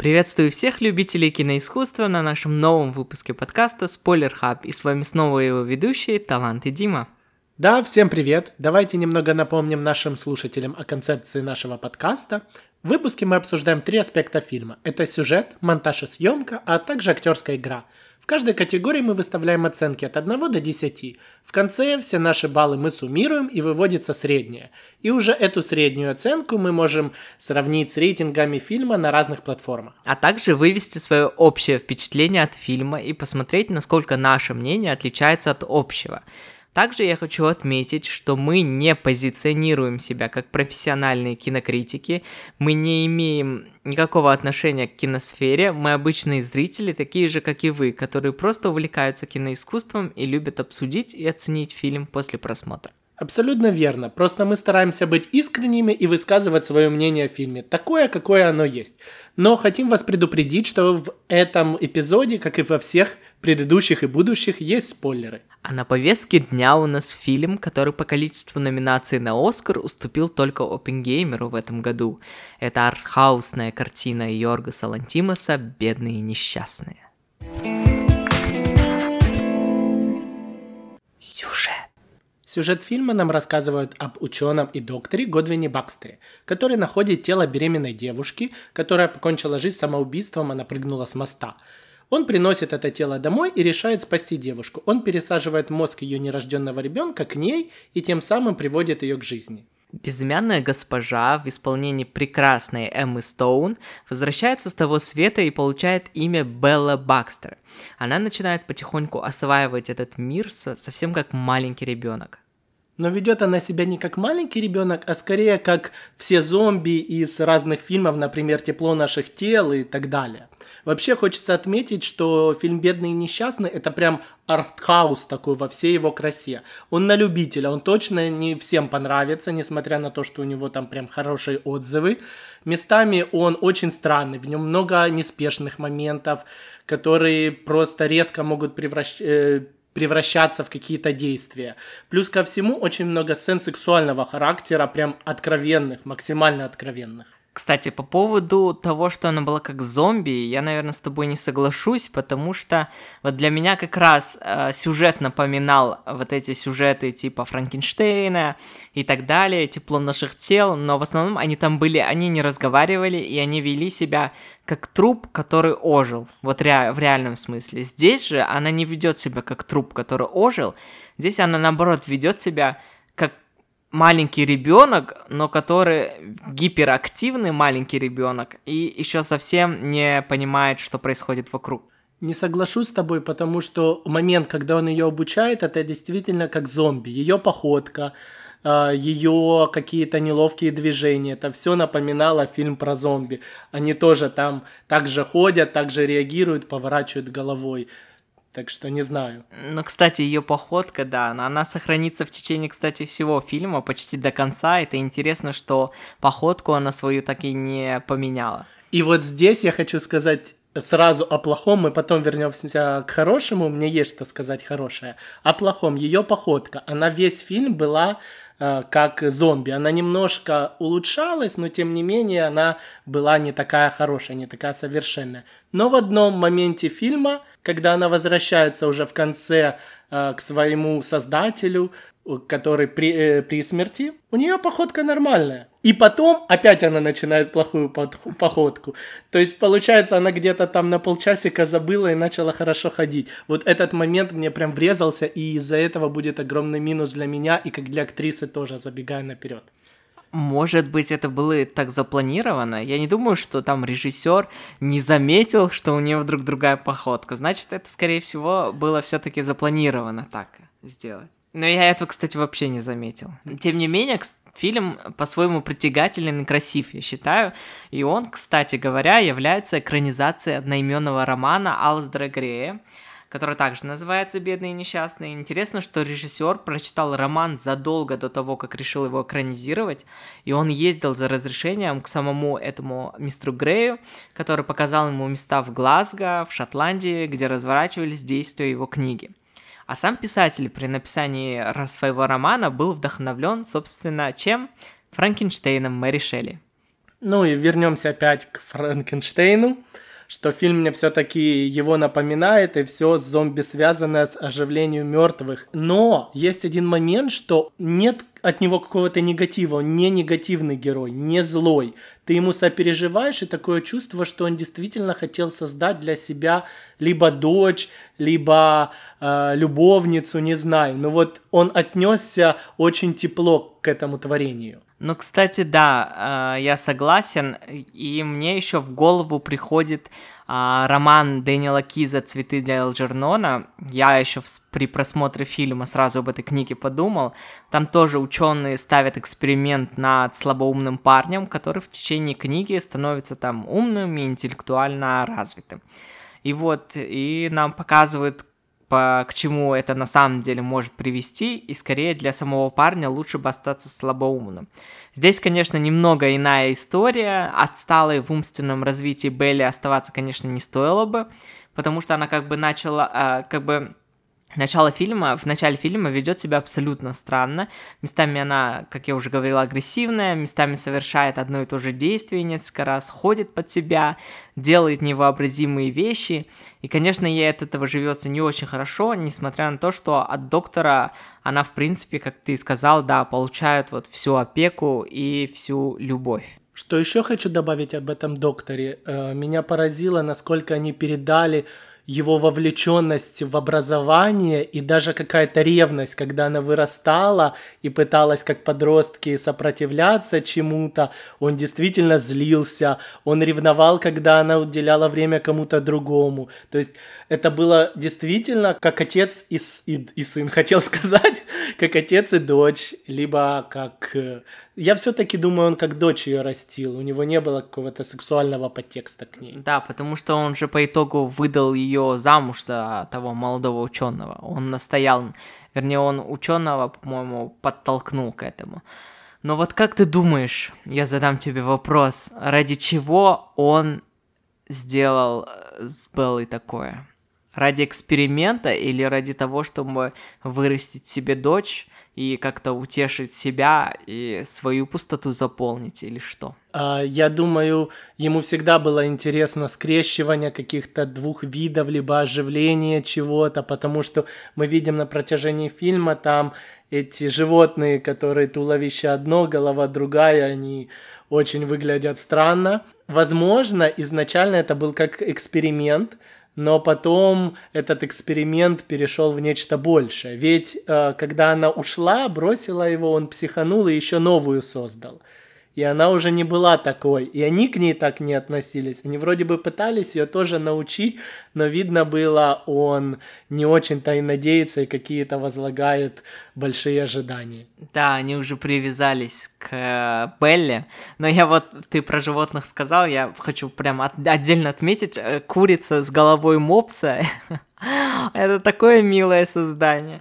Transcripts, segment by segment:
Приветствую всех любителей киноискусства на нашем новом выпуске подкаста Spoiler Hub, и с вами снова его ведущие Талант и Дима. Да, всем привет! Давайте немного напомним нашим слушателям о концепции нашего подкаста. В выпуске мы обсуждаем 3 аспекта фильма. Это сюжет, монтаж и съемка, а также актерская игра. В каждой категории мы выставляем оценки от 1 до 10. В конце все наши баллы мы суммируем и выводится средняя. И уже эту среднюю оценку мы можем сравнить с рейтингами фильма на разных платформах. А также вывести свое общее впечатление от фильма и посмотреть, насколько наше мнение отличается от общего. Также я хочу отметить, что мы не позиционируем себя как профессиональные кинокритики, мы не имеем никакого отношения к киносфере, мы обычные зрители, такие же, как и вы, которые просто увлекаются киноискусством и любят обсудить и оценить фильм после просмотра. Абсолютно верно, просто мы стараемся быть искренними и высказывать свое мнение о фильме, такое, какое оно есть. Но хотим вас предупредить, что в этом эпизоде, как и во всех предыдущих и будущих, есть спойлеры. А на повестке дня у нас фильм, который по количеству номинаций на Оскар уступил только Оппенгеймеру в этом году. Это артхаусная картина Йоргоса Лантимоса «Бедные и несчастные». Сюжет фильма нам рассказывает об ученом и докторе Годвине Бакстере, который находит тело беременной девушки, которая покончила жизнь самоубийством, она прыгнула с моста. Он приносит это тело домой и решает спасти девушку. Он пересаживает мозг ее нерожденного ребенка к ней и тем самым приводит ее к жизни. Безымянная госпожа в исполнении прекрасной Эммы Стоун возвращается с того света и получает имя Белла Бакстер. Она начинает потихоньку осваивать этот мир совсем как маленький ребенок. Но ведет она себя не как маленький ребенок, а скорее как все зомби из разных фильмов, например, «Тепло наших тел» и так далее. Вообще хочется отметить, что фильм «Бедный и несчастный» — это прям артхаус такой во всей его красе. Он на любителя, он точно не всем понравится, несмотря на то, что у него там прям хорошие отзывы. Местами он очень странный, в нем много неспешных моментов, которые просто резко могут превращаться в какие-то действия. Плюс ко всему очень много сцен сексуального характера, прям откровенных, максимально откровенных. Кстати, по поводу того, что она была как зомби, я, наверное, с тобой не соглашусь, потому что вот для меня как раз сюжет напоминал вот эти сюжеты типа Франкенштейна и так далее, «Тепло наших тел», но в основном они там были, они не разговаривали, и они вели себя как труп, который ожил, вот в реальном смысле. Здесь же она не ведет себя как труп, который ожил, здесь она, наоборот, ведет себя как маленький ребенок, но который гиперактивный маленький ребенок и еще совсем не понимает, что происходит вокруг. Не соглашусь с тобой, потому что момент, когда он ее обучает, это действительно как зомби. Ее походка, ее какие-то неловкие движения, это все напоминало фильм про зомби. Они тоже там так же ходят, так же реагируют, поворачивают головой. Так что не знаю. Ну, кстати, ее походка, да, она сохранится в течение, кстати, всего фильма почти до конца. Это интересно, что походку она свою так и не поменяла. И вот здесь я хочу сказать сразу о плохом, мы потом вернемся к хорошему, мне есть что сказать хорошее. О плохом, ее походка, она весь фильм была как зомби, она немножко улучшалась, но тем не менее она была не такая хорошая, не такая совершенная. Но в одном моменте фильма, когда она возвращается уже в конце к своему создателю, который при смерти, у нее походка нормальная. И потом опять она начинает плохую походку. То есть, получается, она где-то там на полчасика забыла и начала хорошо ходить. Вот этот момент мне прям врезался, и из-за этого будет огромный минус для меня, и как для актрисы тоже, забегая наперед. Может быть, это было так запланировано? Я не думаю, что там режиссер не заметил, что у нее вдруг другая походка. Значит, это, скорее всего, было все-таки запланировано так сделать. Но я этого, кстати, вообще не заметил. Тем не менее, фильм по-своему притягателен и красив, я считаю. И он, кстати говоря, является экранизацией одноименного романа Алстера Грея, который также называется «Бедные и несчастные». Интересно, что режиссер прочитал роман задолго до того, как решил его экранизировать, и он ездил за разрешением к самому этому мистеру Грею, который показал ему места в Глазго, в Шотландии, где разворачивались действия его книги. А сам писатель при написании своего романа был вдохновлен, собственно, чем? Франкенштейном Мэри Шелли. Ну и вернемся опять к Франкенштейну, что фильм мне все-таки его напоминает, и все зомби связанное с оживлением мертвых. Но есть один момент, что нет от него какого-то негатива, он не негативный герой, не злой. Ты ему сопереживаешь, и такое чувство, что он действительно хотел создать для себя либо дочь, либо любовницу, не знаю. Но вот он отнесся очень тепло к этому творению. Ну, кстати, да, я согласен, и мне еще в голову приходит роман Дэниела Киза «Цветы для Элджернона». Я еще при просмотре фильма сразу об этой книге подумал. Там тоже ученые ставят эксперимент над слабоумным парнем, который в течение книги становится там умным и интеллектуально развитым. И вот, и нам показывают, к чему это на самом деле может привести, и скорее для самого парня лучше бы остаться слабоумным. Здесь, конечно, немного иная история, отсталой в умственном развитии Белли оставаться, конечно, не стоило бы, потому что она в начале фильма ведет себя абсолютно странно. Местами она, как я уже говорил, агрессивная, местами совершает одно и то же действие несколько раз, ходит под себя, делает невообразимые вещи. И, конечно, ей от этого живется не очень хорошо, несмотря на то, что от доктора она, в принципе, как ты сказал, да, получает вот всю опеку и всю любовь. Что еще хочу добавить об этом докторе? Меня поразило, насколько они передали его вовлеченность в образование и даже какая-то ревность, когда она вырастала и пыталась как подростки сопротивляться чему-то, он действительно злился, он ревновал, когда она уделяла время кому-то другому. То есть это было действительно как отец и сын, хотел сказать, как отец и дочь, либо как... Я все-таки думаю, он как дочь ее растил, у него не было какого-то сексуального подтекста к ней. Да, потому что он же по итогу выдал ее замуж за того молодого ученого. Он настоял, вернее, он ученого, по-моему, подтолкнул к этому. Но вот как ты думаешь, я задам тебе вопрос, ради чего он сделал с Беллой такое? Ради эксперимента или ради того, чтобы вырастить себе дочь и как-то утешить себя и свою пустоту заполнить, или что? Я думаю, ему всегда было интересно скрещивание каких-то двух видов, либо оживление чего-то, потому что мы видим на протяжении фильма там эти животные, которые туловище одно, голова другая, они очень выглядят странно. Возможно, изначально это был как эксперимент, но потом этот эксперимент перешел в нечто большее. Ведь когда она ушла, бросила его, он психанул и еще новую создал. И она уже не была такой. И они к ней так не относились. Они вроде бы пытались ее тоже научить, но видно было, он не очень-то и надеется, и какие-то возлагает большие ожидания. Да, они уже привязались к Белле. Но ты про животных сказал, я хочу прям отдельно отметить, курица с головой мопса. Это такое милое создание.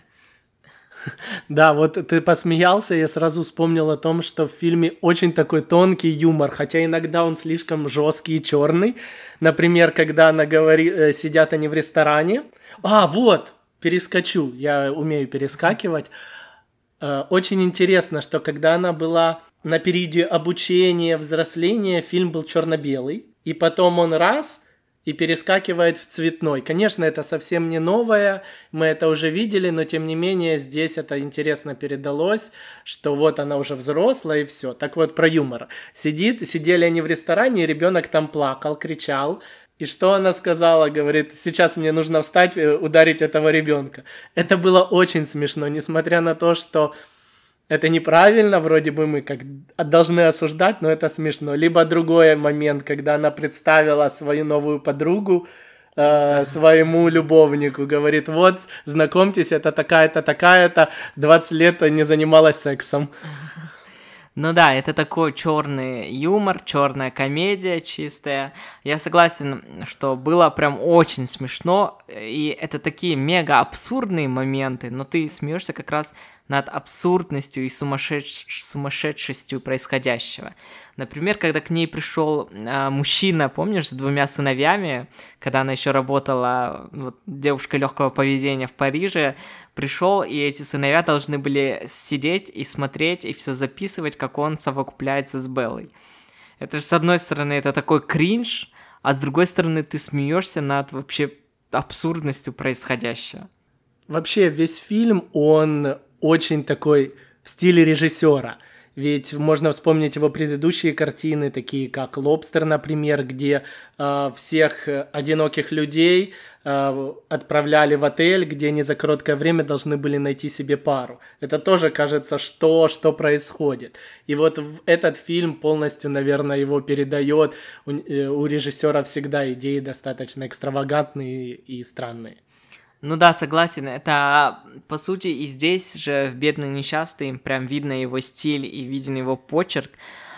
Да, вот ты посмеялся, я сразу вспомнил о том, что в фильме очень такой тонкий юмор, хотя иногда он слишком жесткий и черный. Например, когда она говорит, сидят они в ресторане. Вот, перескочу, я умею перескакивать. Очень интересно, что когда она была на периоде обучения, взросления, фильм был черно-белый, и потом он и перескакивает в цветной. Конечно, это совсем не новое, мы это уже видели, но тем не менее здесь это интересно передалось, что вот она уже взрослая и все. Так вот, про юмор. Сидели они в ресторане, и ребенок там плакал, кричал. И что она сказала? Говорит, сейчас мне нужно встать, ударить этого ребенка. Это было очень смешно, несмотря на то, что это неправильно, вроде бы мы как должны осуждать, но это смешно. Либо другой момент, когда она представила свою новую подругу своему любовнику, говорит, вот, знакомьтесь, это такая-то, такая-то, 20 лет не занималась сексом. Ну да, это такой черный юмор, черная комедия чистая. Я согласен, что было прям очень смешно, и это такие мега абсурдные моменты, но ты смеешься как раз над абсурдностью и сумасшедшестью происходящего. Например, когда к ней пришел мужчина, помнишь, с 2 сыновьями, когда она еще работала девушкой легкого поведения в Париже, пришел, и эти сыновья должны были сидеть и смотреть, и все записывать, как он совокупляется с Беллой. Это же, с одной стороны, это такой кринж, а с другой стороны, ты смеешься над вообще абсурдностью происходящего. Вообще, весь фильм, он очень такой в стиле режиссера. Ведь можно вспомнить его предыдущие картины, такие как «Лобстер», например, где всех одиноких людей отправляли в отель, где они за короткое время должны были найти себе пару. Это тоже, кажется, что происходит. И вот этот фильм полностью, наверное, его передает. У режиссера всегда идеи достаточно экстравагантные и странные. Ну да, согласен, это, по сути, и здесь же в «Бедный несчастный» прям видно его стиль и виден его почерк.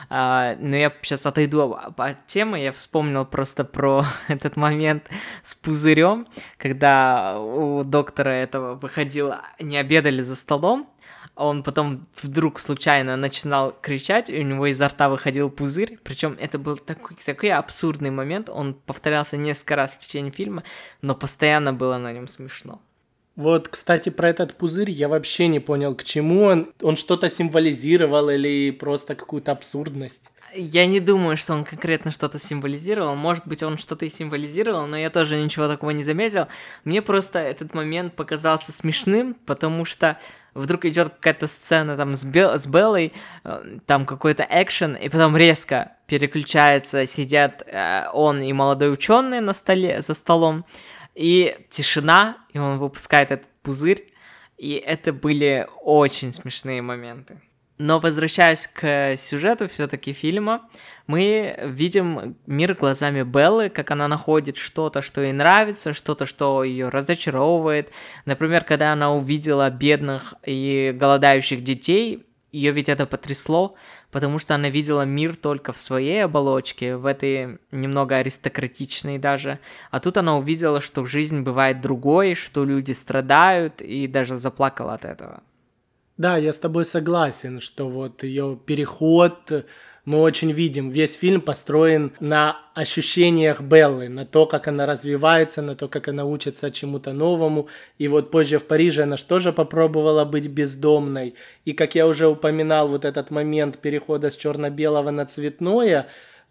Но я сейчас отойду от темы, я вспомнил просто про этот момент с пузырем, когда у доктора этого выходило, не обедали за столом, он потом вдруг случайно начинал кричать, и у него изо рта выходил пузырь, причем это был такой абсурдный момент, он повторялся несколько раз в течение фильма, но постоянно было на нем смешно. Вот, кстати, про этот пузырь я вообще не понял, к чему он что-то символизировал или просто какую-то абсурдность. Я не думаю, что он конкретно что-то символизировал. Может быть, он что-то и символизировал, но я тоже ничего такого не заметил. Мне просто этот момент показался смешным, потому что вдруг идет какая-то сцена там с Беллой, там какой-то экшен, и потом резко переключается, сидят он и молодой ученый на столе, за столом, и тишина, и он выпускает этот пузырь, и это были очень смешные моменты. Но возвращаясь к сюжету все-таки фильма, мы видим мир глазами Беллы, как она находит что-то, что ей нравится, что-то, что ее разочаровывает. Например, когда она увидела бедных и голодающих детей, ее ведь это потрясло, потому что она видела мир только в своей оболочке, в этой немного аристократичной даже. А тут она увидела, что жизнь бывает другой, что люди страдают, и даже заплакала от этого. Да, я с тобой согласен, что вот ее переход мы очень видим. Весь фильм построен на ощущениях Беллы, на то, как она развивается, на то, как она учится чему-то новому. И вот позже в Париже она же тоже попробовала быть бездомной. И как я уже упоминал, вот этот момент перехода с черно-белого на цветное,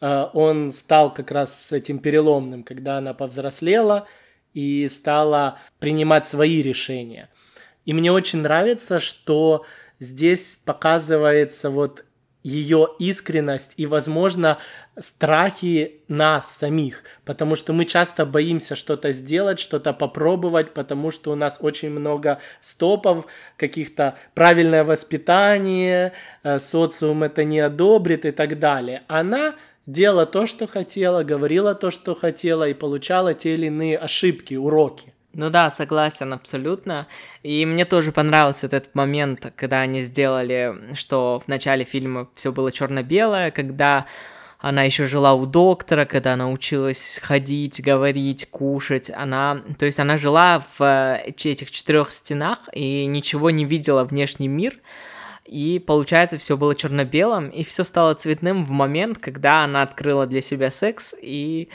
он стал как раз с этим переломным, когда она повзрослела и стала принимать свои решения. И мне очень нравится, что здесь показывается вот ее искренность и, возможно, страхи нас самих, потому что мы часто боимся что-то сделать, что-то попробовать, потому что у нас очень много стопов, каких-то правильное воспитание, социум это не одобрит и так далее. Она делала то, что хотела, говорила то, что хотела и получала те или иные ошибки, уроки. Ну да, согласен абсолютно. И мне тоже понравился этот момент, когда они сделали, что в начале фильма все было черно-белое, когда она еще жила у доктора, когда она училась ходить, говорить, кушать. То есть она жила в этих 4 стенах и ничего не видела внешний мир. И получается, все было черно-белым, и все стало цветным в момент, когда она открыла для себя секс и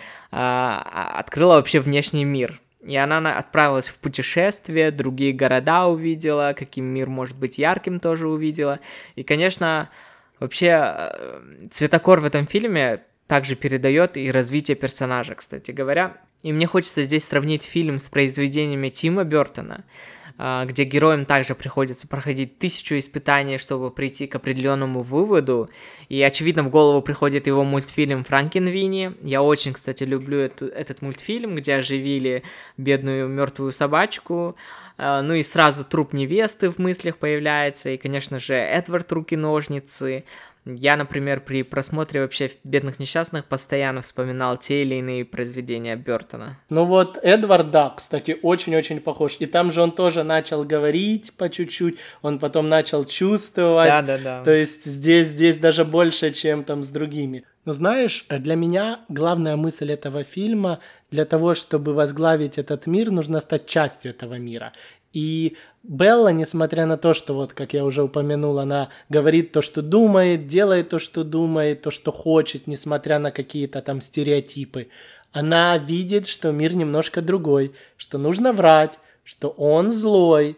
открыла вообще внешний мир. И она отправилась в путешествие, другие города увидела, каким мир может быть ярким тоже увидела. И, конечно, вообще цветокор в этом фильме также передает и развитие персонажа, кстати говоря. И мне хочется здесь сравнить фильм с произведениями Тима Бёртона, где героям также приходится проходить 1000 испытаний, чтобы прийти к определенному выводу. И, очевидно, в голову приходит его мультфильм «Франкенвини». Я очень, кстати, люблю этот мультфильм, где оживили бедную мертвую собачку. Ну и сразу труп невесты в мыслях появляется. И, конечно же, Эдвард «Руки-ножницы». Я, например, при просмотре вообще «Бедных несчастных» постоянно вспоминал те или иные произведения Бёртона. Ну вот Эдвард, да, кстати, очень-очень похож. И там же он тоже начал говорить по чуть-чуть, он потом начал чувствовать. Да. То есть здесь даже больше, чем там с другими. Но знаешь, для меня главная мысль этого фильма, для того, чтобы возглавить этот мир, нужно стать частью этого мира. И Белла, несмотря на то, что, вот, как я уже упомянул, она говорит то, что думает, делает то, что думает, то, что хочет, несмотря на какие-то там стереотипы, она видит, что мир немножко другой, что нужно врать, что он злой,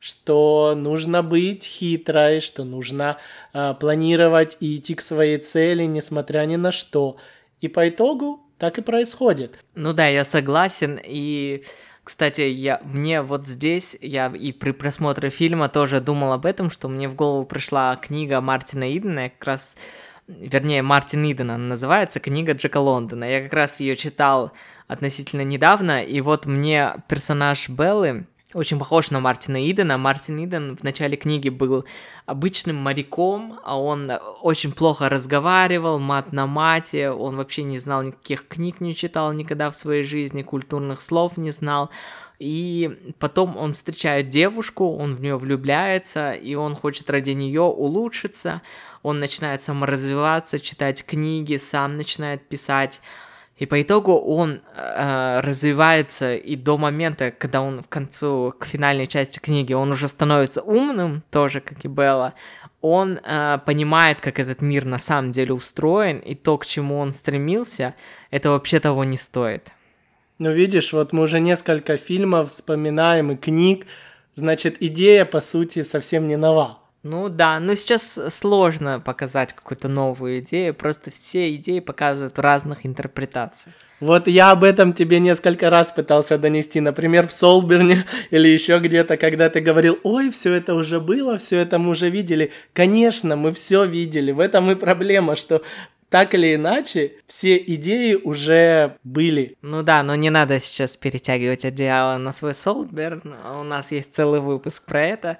что нужно быть хитрой, что нужно планировать и идти к своей цели, несмотря ни на что. И по итогу так и происходит. Ну да, я согласен, и, кстати, мне вот здесь, я и при просмотре фильма тоже думал об этом, что мне в голову пришла книга Мартина Идена, я как раз, вернее, Мартин Иден она называется, книга Джека Лондона, я как раз ее читал относительно недавно, и вот мне персонаж Беллы очень похож на Мартина Идена. Мартин Иден в начале книги был обычным моряком, а он очень плохо разговаривал, мат на мате, он вообще не знал никаких книг, не читал никогда в своей жизни, культурных слов не знал. И потом он встречает девушку, он в нее влюбляется, и он хочет ради нее улучшиться, он начинает саморазвиваться, читать книги, сам начинает писать. И по итогу он развивается, и до момента, когда он к финальной части книги, он уже становится умным, тоже как и Белла, он понимает, как этот мир на самом деле устроен, и то, к чему он стремился, это вообще того не стоит. Ну, видишь, вот мы уже несколько фильмов вспоминаем и книг, значит, идея, по сути, совсем не нова. Ну да, но сейчас сложно показать какую-то новую идею, просто все идеи показывают в разных интерпретациях. Вот я об этом тебе несколько раз пытался донести, например, в Солберне или еще где-то, когда ты говорил, ой, все это уже было, все это мы уже видели. Конечно, мы все видели, в этом и проблема, что так или иначе все идеи уже были. Ну да, но не надо сейчас перетягивать одеяло на свой Солберн, у нас есть целый выпуск про это.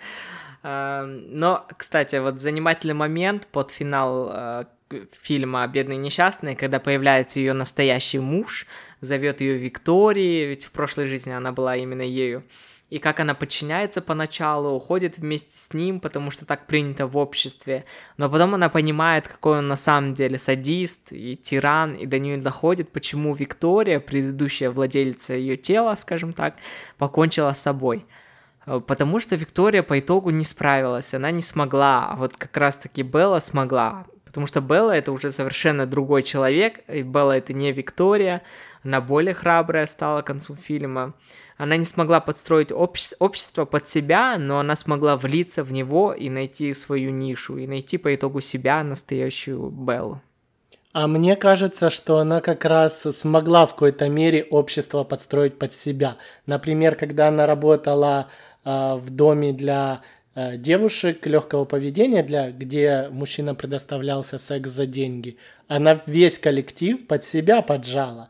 Но, кстати, вот занимательный момент под финал фильма «Бедный несчастный», когда появляется ее настоящий муж, зовет ее Викторией, ведь в прошлой жизни она была именно ею, и как она подчиняется поначалу, уходит вместе с ним, потому что так принято в обществе, но потом она понимает, какой он на самом деле садист и тиран, и до нее доходит, почему Виктория, предыдущая владелица ее тела, скажем так, покончила с собой. Потому что Виктория по итогу не справилась, она не смогла, а вот как раз-таки Белла смогла, потому что Белла это уже совершенно другой человек, и Белла это не Виктория, она более храбрая стала к концу фильма, она не смогла подстроить общество под себя, но она смогла влиться в него и найти свою нишу, и найти по итогу себя, настоящую Беллу. А мне кажется, что она как раз смогла в какой-то мере общество подстроить под себя. Например, когда она работала в доме для девушек легкого поведения, где мужчинам предоставлялся секс за деньги, она весь коллектив под себя поджала.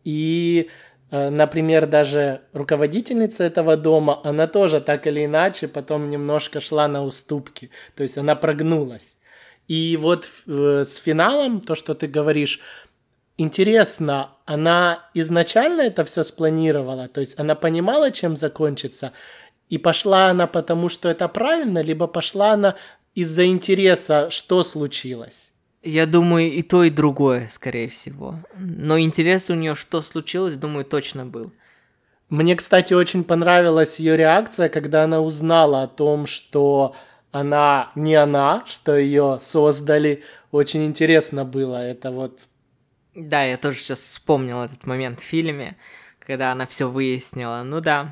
И, например, даже руководительница этого дома, она тоже так или иначе потом немножко шла на уступки, то есть она прогнулась. И вот с финалом, то, что ты говоришь, интересно, она изначально это все спланировала, то есть она понимала, чем закончится, и пошла она потому, что это правильно, либо пошла она из-за интереса, что случилось? Я думаю, и то, и другое, скорее всего. Но интерес у нее, что случилось, думаю, точно был. Мне, кстати, очень понравилась ее реакция, когда она узнала о том, что она не она, что ее создали. Очень интересно было это вот. Да, я тоже сейчас вспомнил этот момент в фильме, когда она все выяснила. Ну да.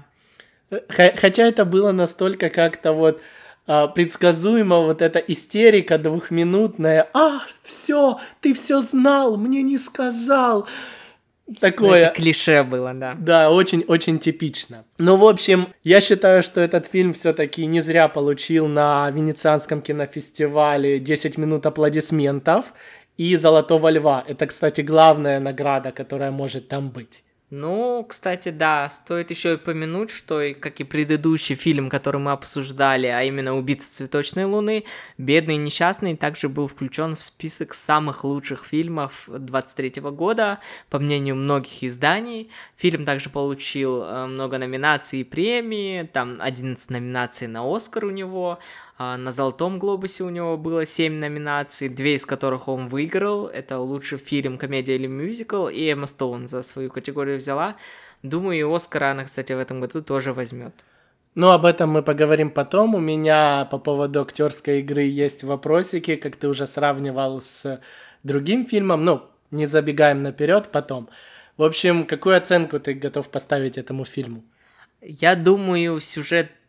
Хотя это было настолько как-то вот предсказуемо, вот эта истерика двухминутная. Все, ты все знал, мне не сказал. Такое. Это клише было, да. Да, очень-очень типично. Ну, в общем, я считаю, что этот фильм все-таки не зря получил на Венецианском кинофестивале 10 минут аплодисментов и Золотого Льва. Это, кстати, главная награда, которая может там быть. Ну, кстати, да, стоит еще и помянуть, что, как и предыдущий фильм, который мы обсуждали, а именно «Убийца цветочной луны», «Бедный и несчастный» также был включен в список самых лучших фильмов 2023 года, по мнению многих изданий. Фильм также получил много номинаций и премий, там 11 номинаций на «Оскар» у него, на «Золотом глобусе» у него было 7 номинаций, 2 из которых он выиграл. Это лучший фильм, комедия или мюзикл, и Эмма Стоун за свою категорию взяла. Думаю, и «Оскара» она, кстати, в этом году тоже возьмет. Ну, об этом мы поговорим потом. У меня по поводу актерской игры есть вопросики, как ты уже сравнивал с другим фильмом. Ну, не забегаем наперед потом. В общем, какую оценку ты готов поставить этому фильму? Я думаю, сюжет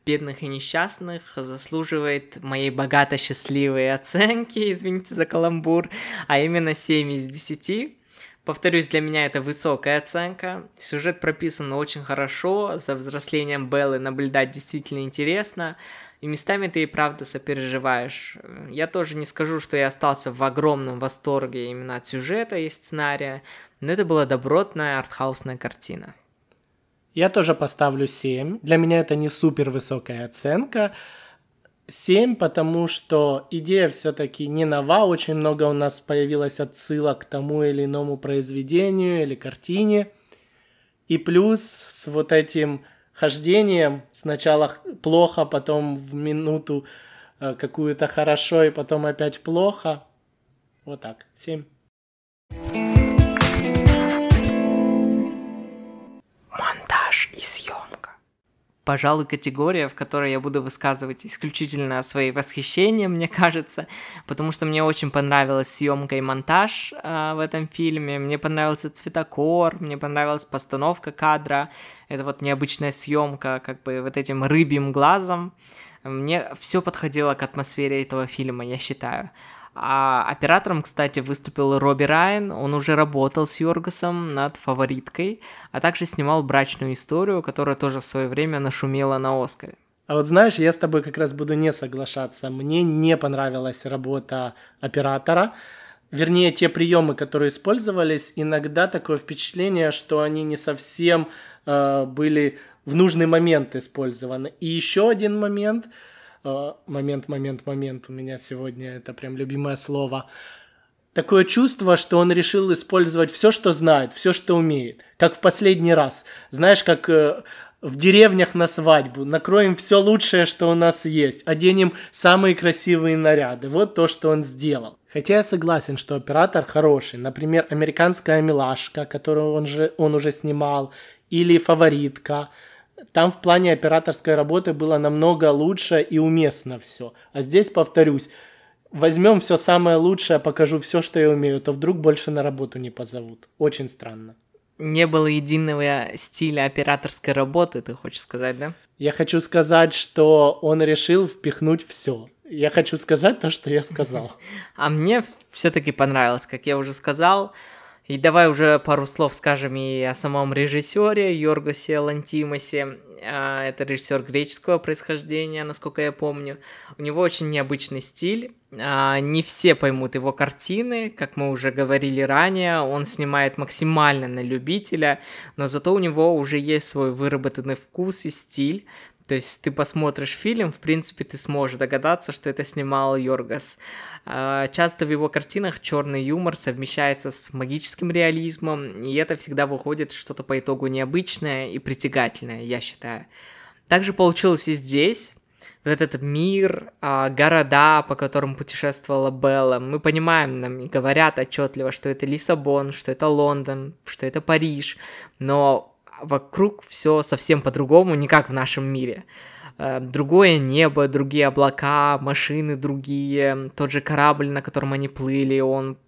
бедных и несчастных» заслуживает моей богато-счастливой оценки, извините за каламбур, а именно 7 из 10. Повторюсь, для меня это высокая оценка. Сюжет прописан очень хорошо, за взрослением Беллы наблюдать действительно интересно, и местами ты и правда сопереживаешь. Я тоже не скажу, что я остался в огромном восторге именно от сюжета и сценария, но это была добротная артхаусная картина. Я тоже поставлю 7. Для меня это не супер высокая оценка. 7, потому что идея все-таки не нова, очень много у нас появилось отсылок к тому или иному произведению или картине. И плюс с вот этим хождением сначала плохо, потом в минуту какую-то хорошо, и потом опять плохо. Вот так, 7. Монтаж и съемка. Пожалуй, категория, в которой я буду высказывать исключительно свои восхищения, мне кажется, потому что мне очень понравилась съемка и монтаж в этом фильме, мне понравился цветокор, мне понравилась постановка кадра, это вот необычная съемка, как бы вот этим рыбьим глазом, мне все подходило к атмосфере этого фильма, я считаю. А оператором, кстати, выступил Робби Райан, он уже работал с Йоргосом над «Фавориткой», а также снимал «Брачную историю», которая тоже в свое время нашумела на Оскаре. А вот знаешь, я с тобой как раз буду не соглашаться. Мне не понравилась работа оператора. Вернее, те приемы, которые использовались, иногда такое впечатление, что они не совсем были в нужный момент использованы. И еще один момент, у меня сегодня это прям любимое слово. Такое чувство, что он решил использовать все, что знает, все, что умеет. Как в последний раз. Знаешь, как в деревнях на свадьбу. Накроем все лучшее, что у нас есть. Оденем самые красивые наряды. Вот то, что он сделал. Хотя я согласен, что оператор хороший. Например, «Американская милашка», которую он уже снимал. Или «Фаворитка». Там в плане операторской работы было намного лучше и уместно все. А здесь, повторюсь, возьмем все самое лучшее, покажу все, что я умею, то вдруг больше на работу не позовут. Очень странно. Не было единого стиля операторской работы, ты хочешь сказать, да? Я хочу сказать, что он решил впихнуть все. Я хочу сказать то, что я сказал. А мне все-таки понравилось, как я уже сказал. И давай уже пару слов скажем и о самом режиссере Йоргосе Лантимосе. Это режиссер греческого происхождения, насколько я помню. У него очень необычный стиль. Не все поймут его картины, как мы уже говорили ранее. Он снимает максимально на любителя, но зато у него уже есть свой выработанный вкус и стиль. То есть ты посмотришь фильм, в принципе, ты сможешь догадаться, что это снимал Йоргос. Часто в его картинах черный юмор совмещается с магическим реализмом, и это всегда выходит что-то по итогу необычное и притягательное, я считаю. Также получилось и здесь. Вот этот мир, города, по которым путешествовала Белла, мы понимаем, нам говорят отчетливо, что это Лиссабон, что это Лондон, что это Париж, но вокруг все совсем по-другому, не как в нашем мире. Другое небо, другие облака, машины другие, тот же корабль, на котором они плыли, он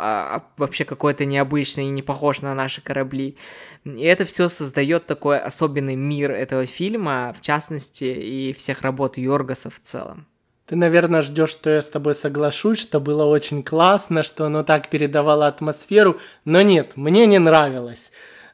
вообще какой-то необычный и не похож на наши корабли. И это все создает такой особенный мир этого фильма, в частности, и всех работ Йоргоса в целом. Ты, наверное, ждешь, что я с тобой соглашусь, что было очень классно, что оно так передавало атмосферу, но нет, мне не нравилось.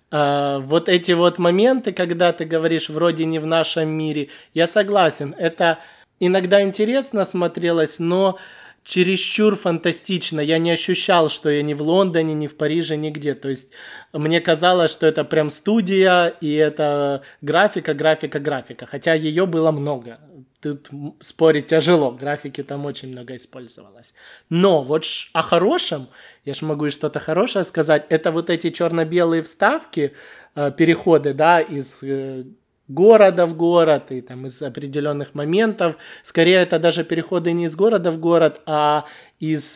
Вот эти вот моменты, когда ты говоришь вроде не в нашем мире, я согласен, это иногда интересно смотрелось, но чересчур фантастично. Я не ощущал, что я ни в Лондоне, ни в Париже, нигде. То есть мне казалось, что это прям студия, и это графика. Хотя ее было много. Тут спорить тяжело, графики там очень много использовалось. Но вот о хорошем, я же могу и что-то хорошее сказать, это вот эти черно-белые вставки, переходы, да, из города в город и там из определенных моментов. Скорее, это даже переходы не из города в город, а из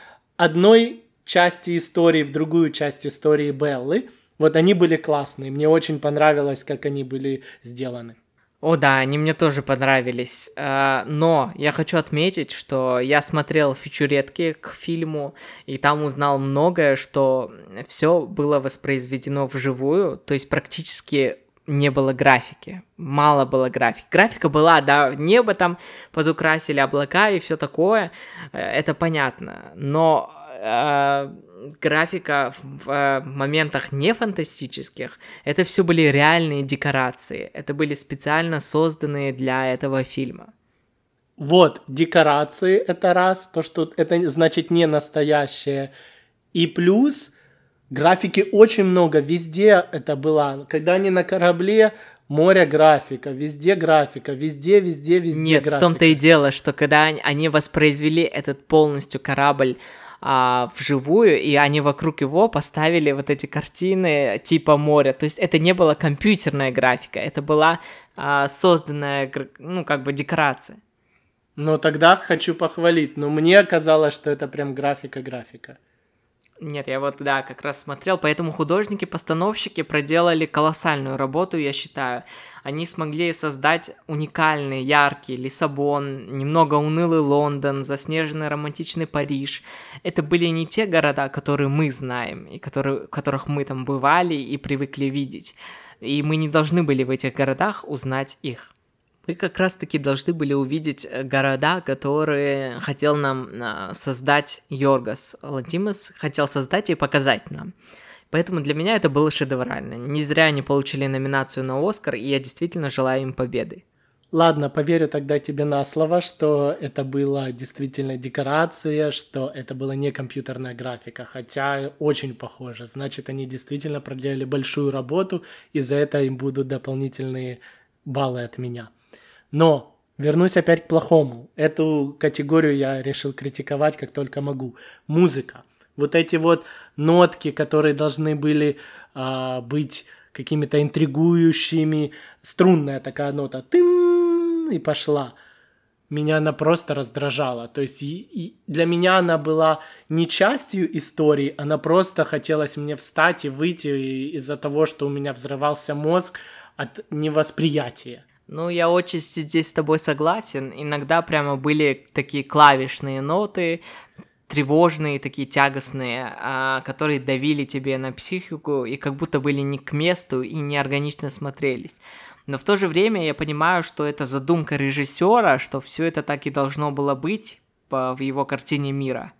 одной части истории в другую часть истории Беллы. Вот они были классные, мне очень понравилось, как они были сделаны. О да, они мне тоже понравились, но я хочу отметить, что я смотрел фичуретки к фильму, и там узнал многое, что все было воспроизведено вживую, то есть практически не было графики, мало было графики. Графика была, да, небо там подукрасили, облака и все такое, это понятно, но графика в моментах не фантастических, это все были реальные декорации, это были специально созданные для этого фильма. Вот, декорации это раз, то, что это значит не настоящее. И плюс графики очень много, везде это было. Когда они на корабле, море графика, везде, везде Нет, графика. в том-то и дело, что когда они воспроизвели этот полностью корабль вживую, и они вокруг его поставили вот эти картины типа моря. То есть это не была компьютерная графика, это была созданная, ну, как бы декорация. Но тогда хочу похвалить, но мне казалось, что это прям графика. Нет, я вот, да, как раз смотрел, поэтому художники-постановщики проделали колоссальную работу, я считаю. Они смогли создать уникальный, яркий Лиссабон, немного унылый Лондон, заснеженный романтичный Париж. Это были не те города, которые мы знаем, и в которых мы там бывали и привыкли видеть. И мы не должны были в этих городах узнать их. Мы как раз-таки должны были увидеть города, которые хотел нам создать Йоргос Лантимос, хотел создать и показать нам. Поэтому для меня это было шедеврально. Не зря они получили номинацию на Оскар, и я действительно желаю им победы. Ладно, поверю тогда тебе на слово, что это была действительно декорация, что это была не компьютерная графика, хотя очень похоже. Значит, они действительно проделали большую работу, и за это им будут дополнительные баллы от меня. Но вернусь опять к плохому. Эту категорию я решил критиковать как только могу. Музыка. Вот эти вот нотки, которые должны были быть какими-то интригующими. Струнная такая нота. Тын, и пошла. Меня она просто раздражала. То есть и для меня она была не частью истории, она просто хотелось мне встать и выйти из-за того, что у меня взрывался мозг от невосприятия. Ну, я очень здесь с тобой согласен. Иногда прямо были такие клавишные ноты, тревожные, такие тягостные, которые давили тебе на психику и как будто были не к месту и неорганично смотрелись. Но в то же время я понимаю, что это задумка режиссера, что все это так и должно было быть в его картине мира.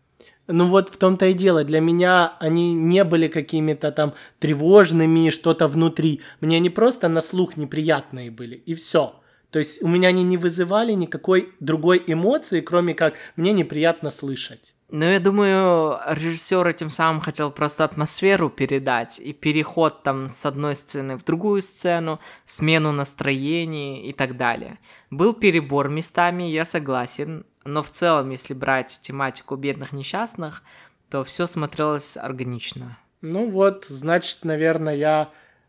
Ну вот в том-то и дело. Для меня они не были какими-то там тревожными, что-то внутри. Мне они просто на слух неприятные были, и все. То есть у меня они не вызывали никакой другой эмоции, кроме как мне неприятно слышать. Ну, я думаю, режиссер этим самым хотел просто атмосферу передать, и переход там с одной сцены в другую сцену, смену настроений и так далее. Был перебор местами, я согласен, но в целом, если брать тематику бедных несчастных, то все смотрелось органично. Ну вот, значит, наверное, я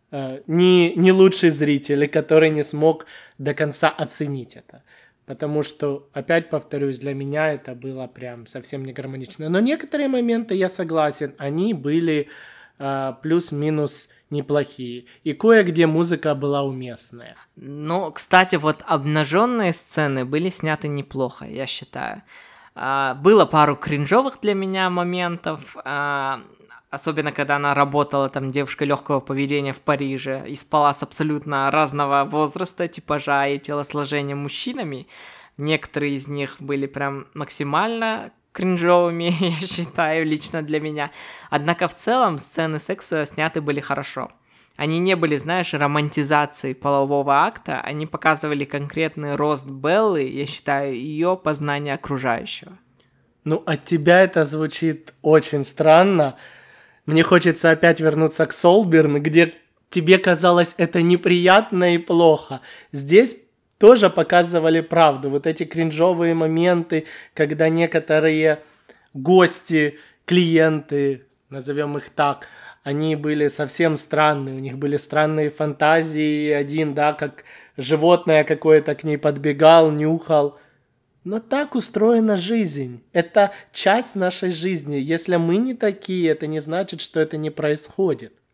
не лучший зритель, который не смог до конца оценить это. Потому что, опять повторюсь, для меня это было прям совсем не гармонично. Но некоторые моменты, я согласен, они были плюс-минус неплохие. И кое-где музыка была уместная. Ну, кстати, вот обнаженные сцены были сняты неплохо, я считаю. Было пару кринжовых для меня моментов, особенно когда она работала, там, девушка легкого поведения в Париже и спала с абсолютно разного возраста, типажа и телосложения мужчинами. Некоторые из них были прям максимально кринжовыми, я считаю, лично для меня. Однако в целом сцены секса сняты были хорошо. Они не были, знаешь, романтизацией полового акта, они показывали конкретный рост Беллы, я считаю, ее познание окружающего. Ну, от тебя это звучит очень странно. Мне хочется опять вернуться к Солберн, где тебе казалось это неприятно и плохо. Здесь тоже показывали правду. Вот эти кринжовые моменты, когда некоторые гости, клиенты, назовем их так, они были совсем странные, у них были странные фантазии. Один, да, как животное какое-то к ней подбегал, нюхал. Но так устроена жизнь. Это часть нашей жизни. Если мы не такие, это не значит, что это не происходит.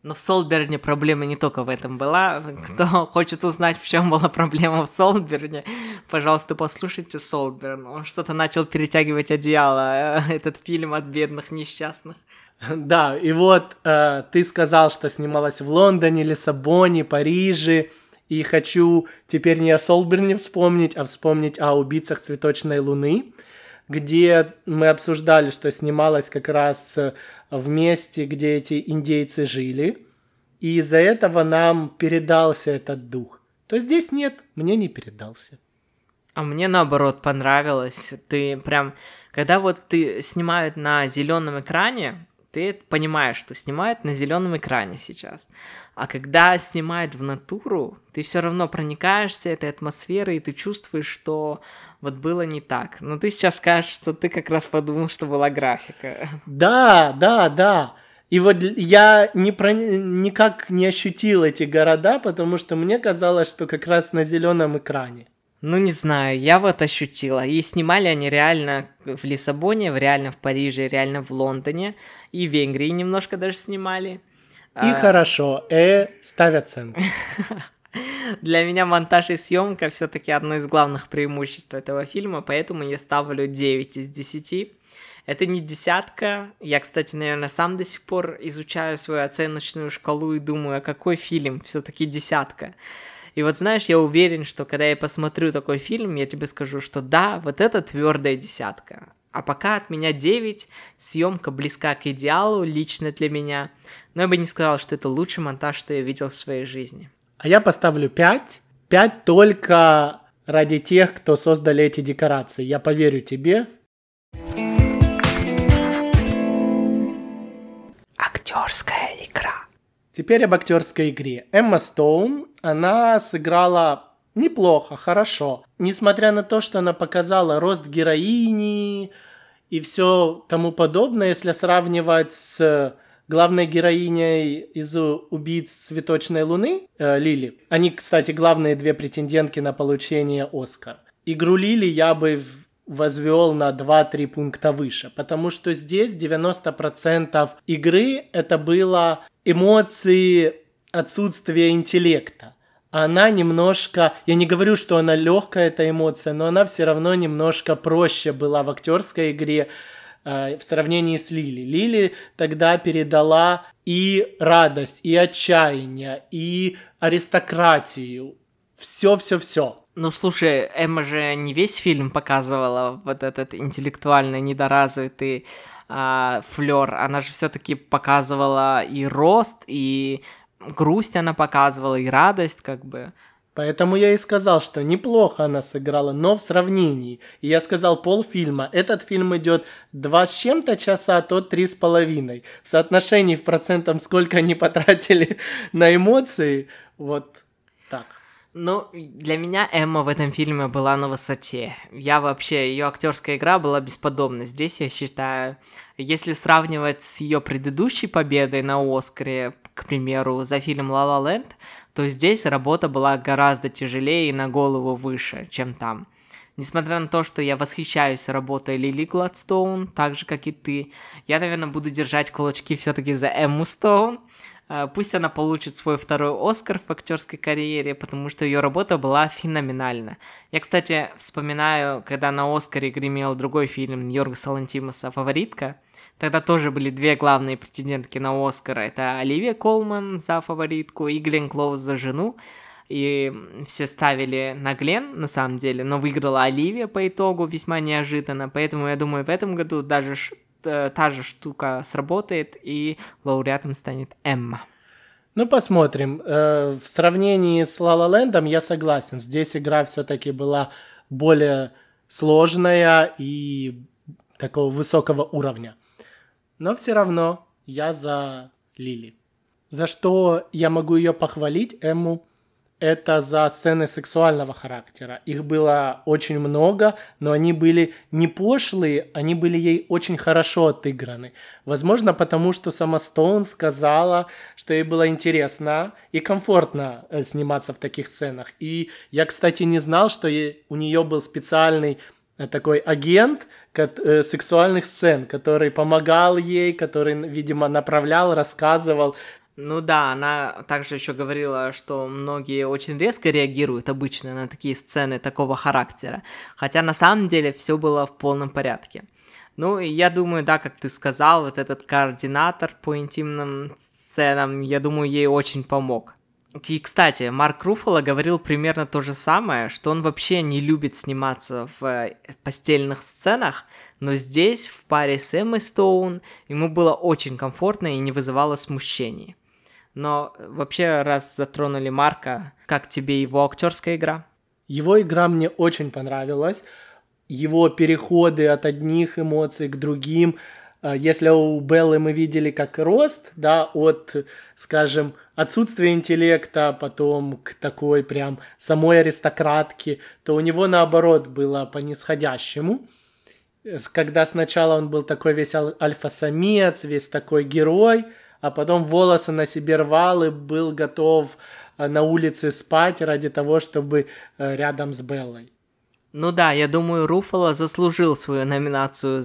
Но в Солберне проблема не только в этом была. Кто хочет узнать, в чем была проблема в Солберне, пожалуйста, послушайте Солберн. Он что-то начал перетягивать одеяло, этот фильм от бедных несчастных. Да, и вот ты сказал, что снималась в Лондоне, Лиссабоне, Париже, и хочу теперь не о Солберне вспомнить, а вспомнить о «Убийцах цветочной луны», где мы обсуждали, что снималась как раз в месте, где эти индейцы жили, и из-за этого нам передался этот дух. То здесь нет, мне не передался. А мне наоборот понравилось. Ты прям, когда вот ты снимают на зеленом экране, ты понимаешь, что снимают на зеленом экране сейчас. А когда снимают в натуру, ты все равно проникаешься этой атмосферой, и ты чувствуешь, что вот было не так. Но ты сейчас скажешь, что ты как раз подумал, что была графика. Да. И вот я никак не ощутил эти города, потому что мне казалось, что как раз на зеленом экране. Ну, не знаю, я вот ощутила. И снимали они реально в Лиссабоне, реально в Париже, реально в Лондоне. И в Венгрии немножко даже снимали. И хорошо, ставь оценку. Для меня монтаж и съемка все-таки одно из главных преимуществ этого фильма, поэтому я ставлю 9 из 10. Это не десятка. Я, кстати, наверное, сам до сих пор изучаю свою оценочную шкалу и думаю, а какой фильм все-таки десятка. И вот знаешь, я уверен, что когда я посмотрю такой фильм, я тебе скажу, что да, вот это твердая десятка. А пока от меня 9, съемка близка к идеалу лично для меня. Но я бы не сказал, что это лучший монтаж, что я видел в своей жизни. А я поставлю 5. 5 только ради тех, кто создали эти декорации. Я поверю тебе. Актерская игра. Теперь об актерской игре. Эмма Стоун, она сыграла неплохо, хорошо. Несмотря на то, что она показала рост героини и все тому подобное, если сравнивать с главной героиней из «Убийц цветочной луны» Лили. Они, кстати, главные две претендентки на получение «Оскар». Игру Лили я бы возвел на 2-3 пункта выше, потому что здесь 90% игры это было эмоции, отсутствие интеллекта. Она немножко, я не говорю, что она легкая, эта эмоция, но она все равно немножко проще была в актерской игре в сравнении с Лили. Лили тогда передала и радость, и отчаяние, и аристократию. Все. Ну, слушай, Эмма же не весь фильм показывала вот этот интеллектуально недоразвитый флёр. Она же все-таки показывала и рост, и грусть она показывала, и радость, как бы. Поэтому я и сказал, что неплохо она сыграла, но в сравнении. И я сказал полфильма. Этот фильм идет 2 с чем-то часа, тот 3,5. В соотношении в процентах, сколько они потратили на эмоции, вот так. Ну, для меня Эмма в этом фильме была на высоте. Ее актерская игра была бесподобна. Здесь, я считаю, если сравнивать с ее предыдущей победой на Оскаре, к примеру, за фильм «Ла Ла Ленд», то здесь работа была гораздо тяжелее и на голову выше, чем там. Несмотря на то, что я восхищаюсь работой Лили Гладстоун, так же, как и ты, я, наверное, буду держать кулачки все-таки за Эмму Стоун. Пусть она получит свой второй Оскар в актерской карьере, потому что ее работа была феноменальна. Я, кстати, вспоминаю, когда на Оскаре гремел другой фильм Йоргоса Лантимоса «Фаворитка», тогда тоже были 2 главные претендентки на Оскар. Это Оливия Колман за «Фаворитку» и Гленн Клоуз за «Жену». И все ставили на Гленн, на самом деле, но выиграла Оливия по итогу весьма неожиданно. Поэтому я думаю, в этом году даже та же штука сработает, и лауреатом станет Эмма. Ну, посмотрим. В сравнении с «Ла Ла Лэндом» я согласен. Здесь игра все-таки была более сложная и такого высокого уровня. Но все равно я за Лили. За что я могу ее похвалить, Эмму, это за сцены сексуального характера. Их было очень много, но они были не пошлые, они были ей очень хорошо отыграны. Возможно, потому что сама Стоун сказала, что ей было интересно и комфортно сниматься в таких сценах. И я, кстати, не знал, что у нее был специальный такой агент сексуальных сцен, который помогал ей, который, видимо, направлял, рассказывал. Ну да, она также еще говорила, что многие очень резко реагируют обычно на такие сцены такого характера, хотя на самом деле все было в полном порядке. Ну, и я думаю, да, как ты сказал, вот этот координатор по интимным сценам, я думаю, ей очень помог. И, кстати, Марк Руффало говорил примерно то же самое, что он вообще не любит сниматься в постельных сценах, но здесь, в паре с Эммой Стоун, ему было очень комфортно и не вызывало смущений. Но вообще, раз затронули Марка, как тебе его актерская игра? Его игра мне очень понравилась. Его переходы от одних эмоций к другим. Если у Беллы мы видели как рост, да, от, скажем, отсутствия интеллекта, потом к такой прям самой аристократке, то у него наоборот было по нисходящему. Когда сначала он был такой весь альфа-самец, весь такой герой, а потом волосы на себе рвал и был готов на улице спать ради того, чтобы рядом с Беллой. Ну да, я думаю, Руффало заслужил свою номинацию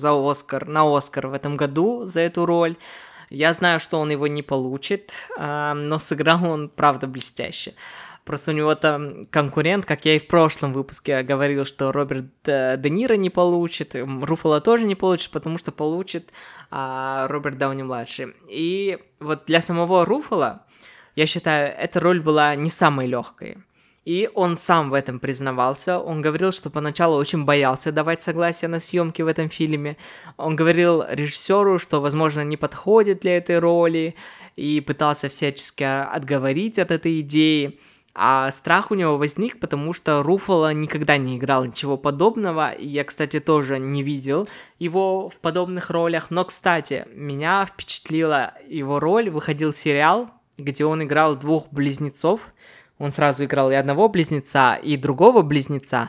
на Оскар в этом году за эту роль. Я знаю, что он его не получит, но сыграл он, правда, блестяще. Просто у него там конкурент, как я и в прошлом выпуске говорил, что Роберт Де Ниро не получит, Руффало тоже не получит, потому что получит Роберт Дауни-младший. И вот для самого Руффало, я считаю, эта роль была не самой легкой. И он сам в этом признавался. Он говорил, что поначалу очень боялся давать согласие на съемки в этом фильме. Он говорил режиссеру, что, возможно, не подходит для этой роли, и пытался всячески отговорить от этой идеи. А страх у него возник, потому что Руффало никогда не играл ничего подобного. И я, кстати, тоже не видел его в подобных ролях. Но, кстати, меня впечатлила его роль. Выходил сериал, где он играл двух близнецов. Он сразу играл и одного близнеца, и другого близнеца.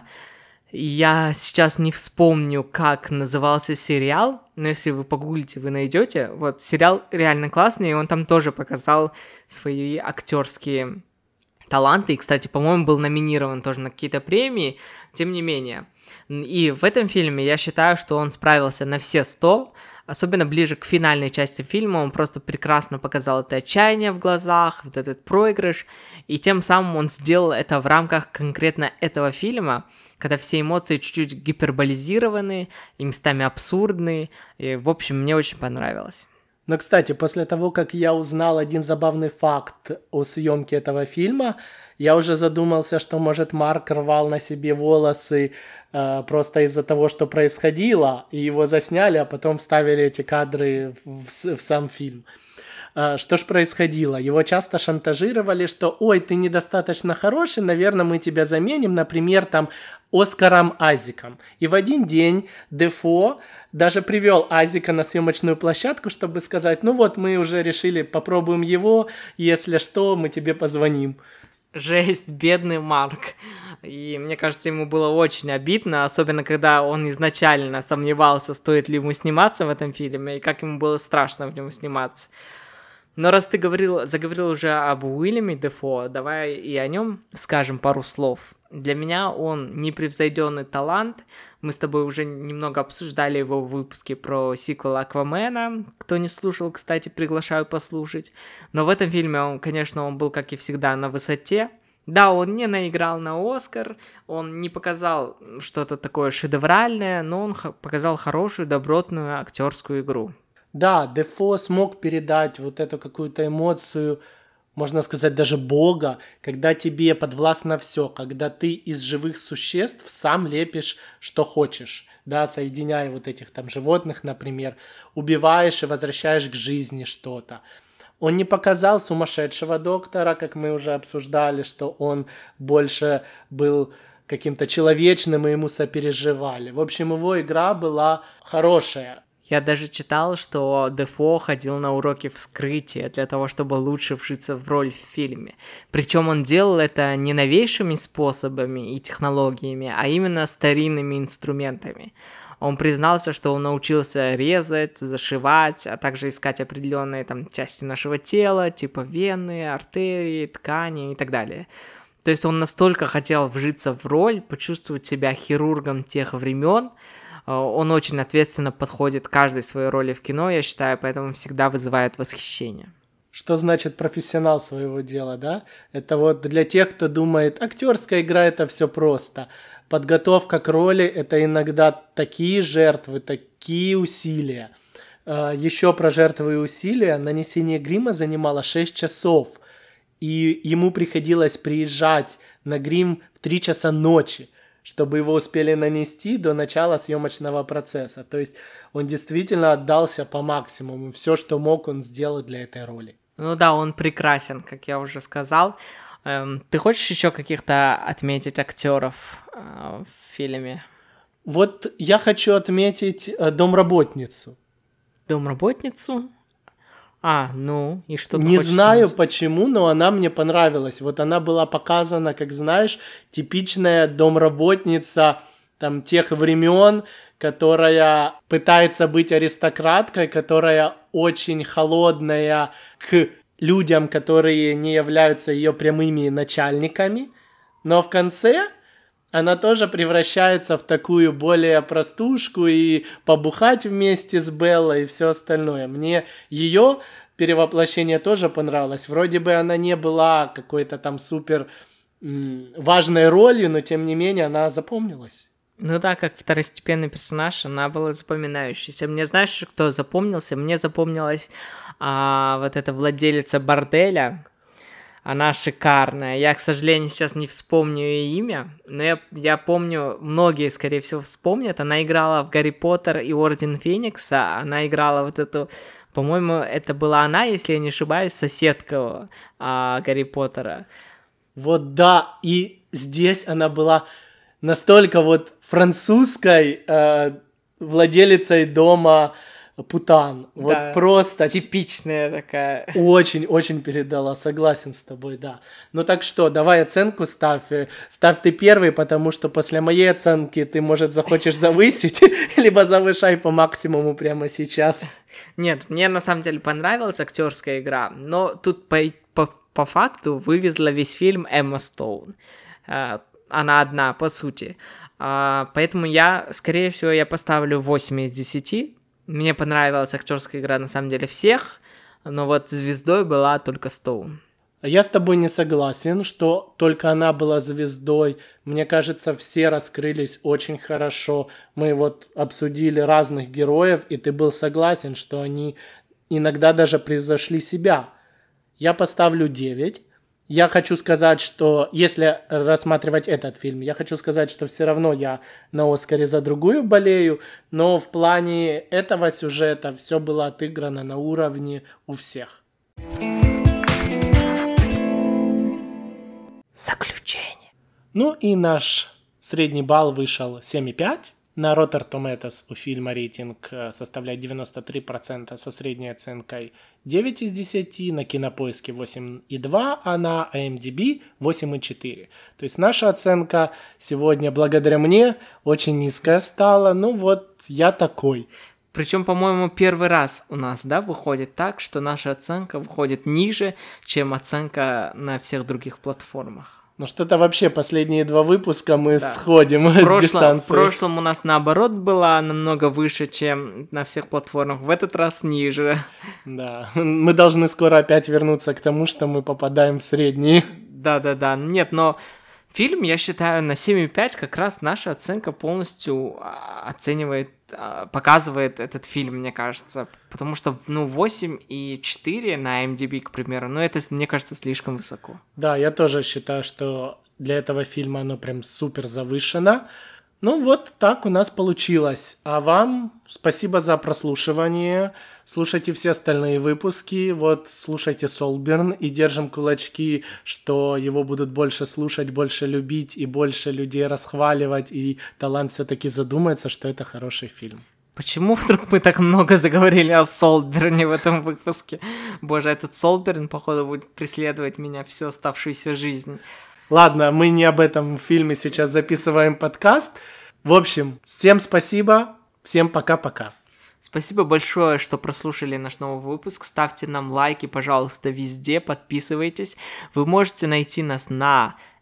И я сейчас не вспомню, как назывался сериал, но если вы погуглите, вы найдете. Вот сериал реально классный, и он там тоже показал свои актерские таланты. И, кстати, по-моему, был номинирован тоже на какие-то премии, тем не менее. И в этом фильме я считаю, что он справился на все 100. Особенно ближе к финальной части фильма он просто прекрасно показал это отчаяние в глазах, вот этот проигрыш, и тем самым он сделал это в рамках конкретно этого фильма, когда все эмоции чуть-чуть гиперболизированы и местами абсурдны, и, в общем, мне очень понравилось. Но, кстати, после того, как я узнал один забавный факт о съемке этого фильма, я уже задумался, что, может, Марк рвал на себе волосы просто из-за того, что происходило, и его засняли, а потом вставили эти кадры в сам фильм. Что ж происходило? Его часто шантажировали, что «Ой, ты недостаточно хороший, наверное, мы тебя заменим, например, там, Оскаром Айзеком». И в один день Дефо даже привел Айзека на съемочную площадку, чтобы сказать «Ну вот, мы уже решили, попробуем его, если что, мы тебе позвоним». Жесть, бедный Марк. И мне кажется, ему было очень обидно, особенно когда он изначально сомневался, стоит ли ему сниматься в этом фильме, и как ему было страшно в нем сниматься. Но раз ты заговорил уже об Уильяме Дефо, давай и о нем скажем пару слов. Для меня он непревзойденный талант. Мы с тобой уже немного обсуждали его в выпуске про сиквел Аквамена. Кто не слушал, кстати, приглашаю послушать. Но в этом фильме он, конечно, он был, как и всегда, на высоте. Да, он не наиграл на Оскар, он не показал что-то такое шедевральное, но он показал хорошую, добротную актерскую игру. Да, Дефо смог передать вот эту какую-то эмоцию, можно сказать, даже Бога, когда тебе подвластно все, когда ты из живых существ сам лепишь, что хочешь, да, соединяя вот этих там животных, например, убиваешь и возвращаешь к жизни что-то. Он не показал сумасшедшего доктора, как мы уже обсуждали, что он больше был каким-то человечным, и ему сопереживали. В общем, его игра была хорошая. Я даже читал, что Дефо ходил на уроки вскрытия для того, чтобы лучше вжиться в роль в фильме. Причем он делал это не новейшими способами и технологиями, а именно старинными инструментами. Он признался, что он научился резать, зашивать, а также искать определенные там части нашего тела, типа вены, артерии, ткани и так далее. То есть он настолько хотел вжиться в роль, почувствовать себя хирургом тех времен. Он очень ответственно подходит к каждой своей роли в кино, я считаю, поэтому всегда вызывает восхищение. что значит профессионал своего дела, да? Это вот для тех, кто думает, актерская игра это все просто. Подготовка к роли это иногда такие жертвы, такие усилия. Еще про жертвы и усилия. Нанесение грима занимало 6 часов. И ему приходилось приезжать на грим в 3 часа ночи, чтобы его успели нанести до начала съемочного процесса. То есть он действительно отдался по максимуму. Все, что мог, он сделал для этой роли. Ну да, он прекрасен, как я уже сказал. Ты хочешь еще каких-то отметить актеров в фильме? Вот я хочу отметить домработницу. Домработницу? Ну, и что ты Не хочешь знаю отметить? почему, но она мне понравилась. Вот она была показана, как знаешь, типичная домработница там тех времен, которая пытается быть аристократкой, которая очень холодная к людям, которые не являются ее прямыми начальниками. Но в конце она тоже превращается в такую более простушку и побухать вместе с Беллой и все остальное. Мне ее перевоплощение тоже понравилось. Вроде бы она не была какой-то там супер важной ролью, но тем не менее она запомнилась. Ну да, как второстепенный персонаж, она была запоминающейся. Мне знаешь, кто запомнился? Мне запомнилась вот эта владелица борделя. Она шикарная. Я, к сожалению, сейчас не вспомню ее имя, но я помню, многие, скорее всего, вспомнят. Она играла в «Гарри Поттер и Орден Феникса». Она играла вот эту... По-моему, это была она, если я не ошибаюсь, соседка Гарри Поттера. Вот да, и здесь она была настолько вот французской владелицей дома Путан. Вот Да, просто... типичная такая. Очень-очень передала, согласен с тобой, да. Ну так что, давай оценку ставь. Ставь ты первый, потому что после моей оценки ты, может, захочешь завысить, либо завышай по максимуму прямо сейчас. Нет, мне на самом деле понравилась актерская игра, но тут по факту вывезла весь фильм Эмма Стоун. Она одна, по сути. Поэтому скорее всего, я поставлю 8 из 10. Мне понравилась актерская игра на самом деле всех, но вот звездой была только Стоун. Я с тобой не согласен, что только она была звездой. Мне кажется, все раскрылись очень хорошо. Мы вот обсудили разных героев, и ты был согласен, что они иногда даже превзошли себя. Я поставлю 9. Я хочу сказать, что если рассматривать этот фильм, я хочу сказать, что все равно я на Оскаре за другую болею, но в плане этого сюжета все было отыграно на уровне у всех. Заключение. Ну и наш средний балл вышел 7,5. На Rotten Tomatoes у фильма рейтинг составляет 93% со средней оценкой 9 из 10, на Кинопоиске 8,2, а на IMDb 8,4. То есть наша оценка сегодня, благодаря мне, очень низкая стала. Ну вот, я такой. Причем, по-моему, первый раз у нас, да, выходит так, что наша оценка выходит ниже, чем оценка на всех других платформах. Ну что-то вообще последние 2 выпуска мы сходим с дистанции. В прошлом у нас наоборот была намного выше, чем на всех платформах, в этот раз ниже. Да, мы должны скоро опять вернуться к тому, что мы попадаем в средние. Да. Нет, но фильм, я считаю, на 7,5 как раз наша оценка полностью показывает этот фильм, мне кажется. Потому что, 8,4 на IMDb, к примеру, это, мне кажется, слишком высоко. Да, я тоже считаю, что для этого фильма оно прям супер завышено. Ну вот так у нас получилось. А вам спасибо за прослушивание. Слушайте все остальные выпуски. Вот слушайте Солберн и держим кулачки, что его будут больше слушать, больше любить и больше людей расхваливать. И талант все-таки задумается, что это хороший фильм. Почему вдруг мы так много заговорили о Солберне в этом выпуске? Боже, этот Солберн, походу, будет преследовать меня всю оставшуюся жизнь. Ладно, мы не об этом фильме сейчас записываем подкаст. В общем, всем спасибо, всем пока-пока. Спасибо большое, что прослушали наш новый выпуск. Ставьте нам лайки, пожалуйста, везде, подписывайтесь. Вы можете найти нас на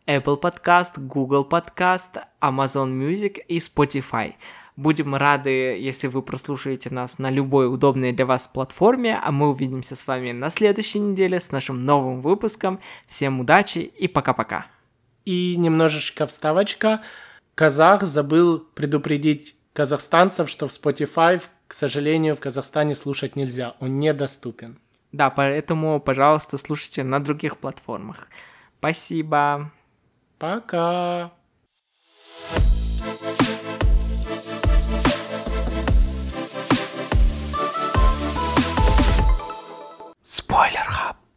Apple Podcast, Google Podcast, Amazon Music и Spotify. Будем рады, если вы прослушаете нас на любой удобной для вас платформе, а мы увидимся с вами на следующей неделе с нашим новым выпуском. Всем удачи и пока-пока. И немножечко вставочка. Казах забыл предупредить казахстанцев, что в Spotify, к сожалению, в Казахстане слушать нельзя. Он недоступен. Да, поэтому, пожалуйста, слушайте на других платформах. Спасибо. Пока. Спойлер Хаб.